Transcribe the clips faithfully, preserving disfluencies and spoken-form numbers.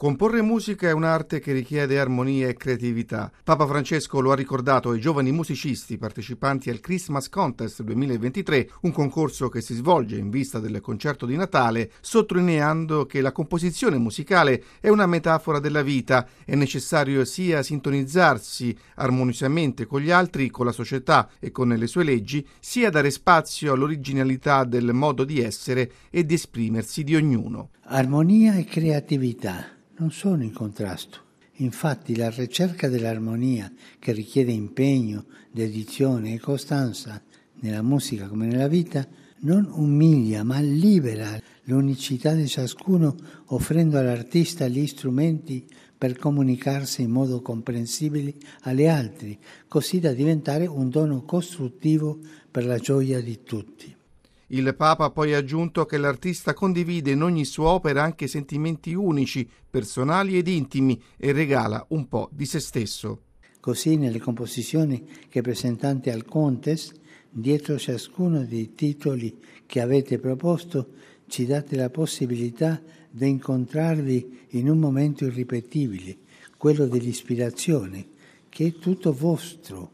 Comporre musica è un'arte che richiede armonia e creatività. Papa Francesco lo ha ricordato ai giovani musicisti partecipanti al Christmas Contest duemilaventitré, un concorso che si svolge in vista del concerto di Natale, sottolineando che la composizione musicale è una metafora della vita. È necessario sia sintonizzarsi armoniosamente con gli altri, con la società e con le sue leggi, sia dare spazio all'originalità del modo di essere e di esprimersi di ognuno. Armonia e creatività non sono in contrasto. Infatti la ricerca dell'armonia, che richiede impegno, dedizione e costanza nella musica come nella vita, non umilia ma libera l'unicità di ciascuno, offrendo all'artista gli strumenti per comunicarsi in modo comprensibile agli altri, così da diventare un dono costruttivo per la gioia di tutti. Il Papa ha poi aggiunto che l'artista condivide in ogni sua opera anche sentimenti unici, personali ed intimi e regala un po' di se stesso. Così nelle composizioni che presentate al contest, dietro ciascuno dei titoli che avete proposto, ci date la possibilità di incontrarvi in un momento irripetibile, quello dell'ispirazione, che è tutto vostro,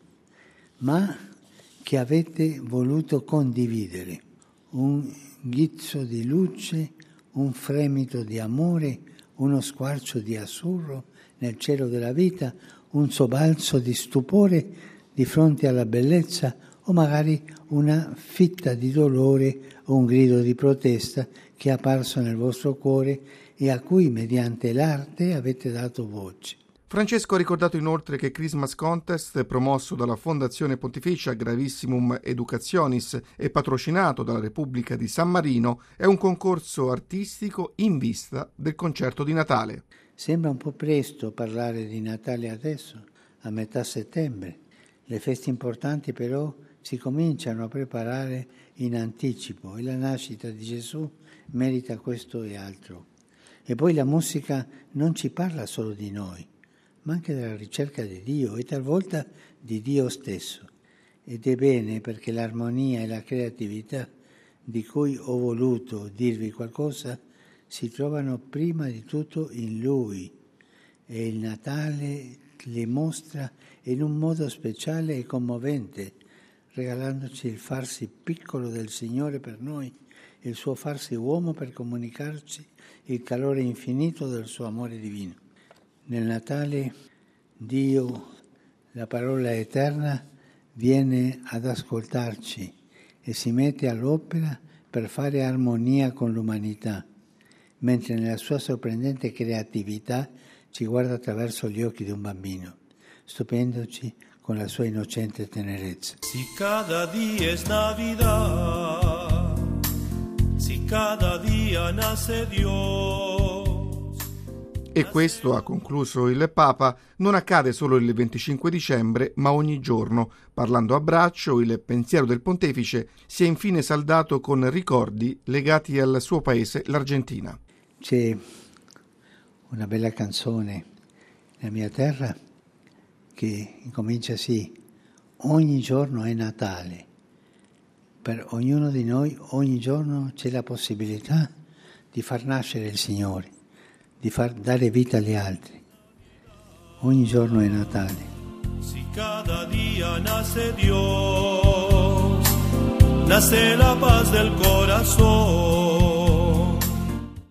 ma che avete voluto condividere. Un ghizzo di luce, un fremito di amore, uno squarcio di azzurro nel cielo della vita, un sobbalzo di stupore di fronte alla bellezza o magari una fitta di dolore o un grido di protesta che è apparso nel vostro cuore e a cui mediante l'arte avete dato voce. Francesco ha ricordato inoltre che Christmas Contest, promosso dalla Fondazione Pontificia Gravissimum Educationis e patrocinato dalla Repubblica di San Marino, è un concorso artistico in vista del concerto di Natale. Sembra un po' presto parlare di Natale adesso, a metà settembre. Le feste importanti però si cominciano a preparare in anticipo e la nascita di Gesù merita questo e altro. E poi la musica non ci parla solo di noi, ma anche della ricerca di Dio e talvolta di Dio stesso. Ed è bene perché l'armonia e la creatività di cui ho voluto dirvi qualcosa si trovano prima di tutto in Lui e il Natale le mostra in un modo speciale e commovente, regalandoci il farsi piccolo del Signore per noi, il suo farsi uomo per comunicarci il calore infinito del suo amore divino. Nel Natale Dio, la parola eterna, viene ad ascoltarci e si mette all'opera per fare armonia con l'umanità, mentre nella sua sorprendente creatività ci guarda attraverso gli occhi di un bambino, stupendoci con la sua innocente tenerezza. Si cada día es Navidad, si cada día nace Dios. E questo, ha concluso il Papa, non accade solo il venticinque dicembre, ma ogni giorno. Parlando a braccio, il pensiero del pontefice si è infine saldato con ricordi legati al suo paese, l'Argentina. C'è una bella canzone nella mia terra che incomincia così: ogni giorno è Natale. Per ognuno di noi ogni giorno c'è la possibilità di far nascere il Signore, di far dare vita agli altri. Ogni giorno è Natale. Si cada día nace Dios, nace la paz del corazón.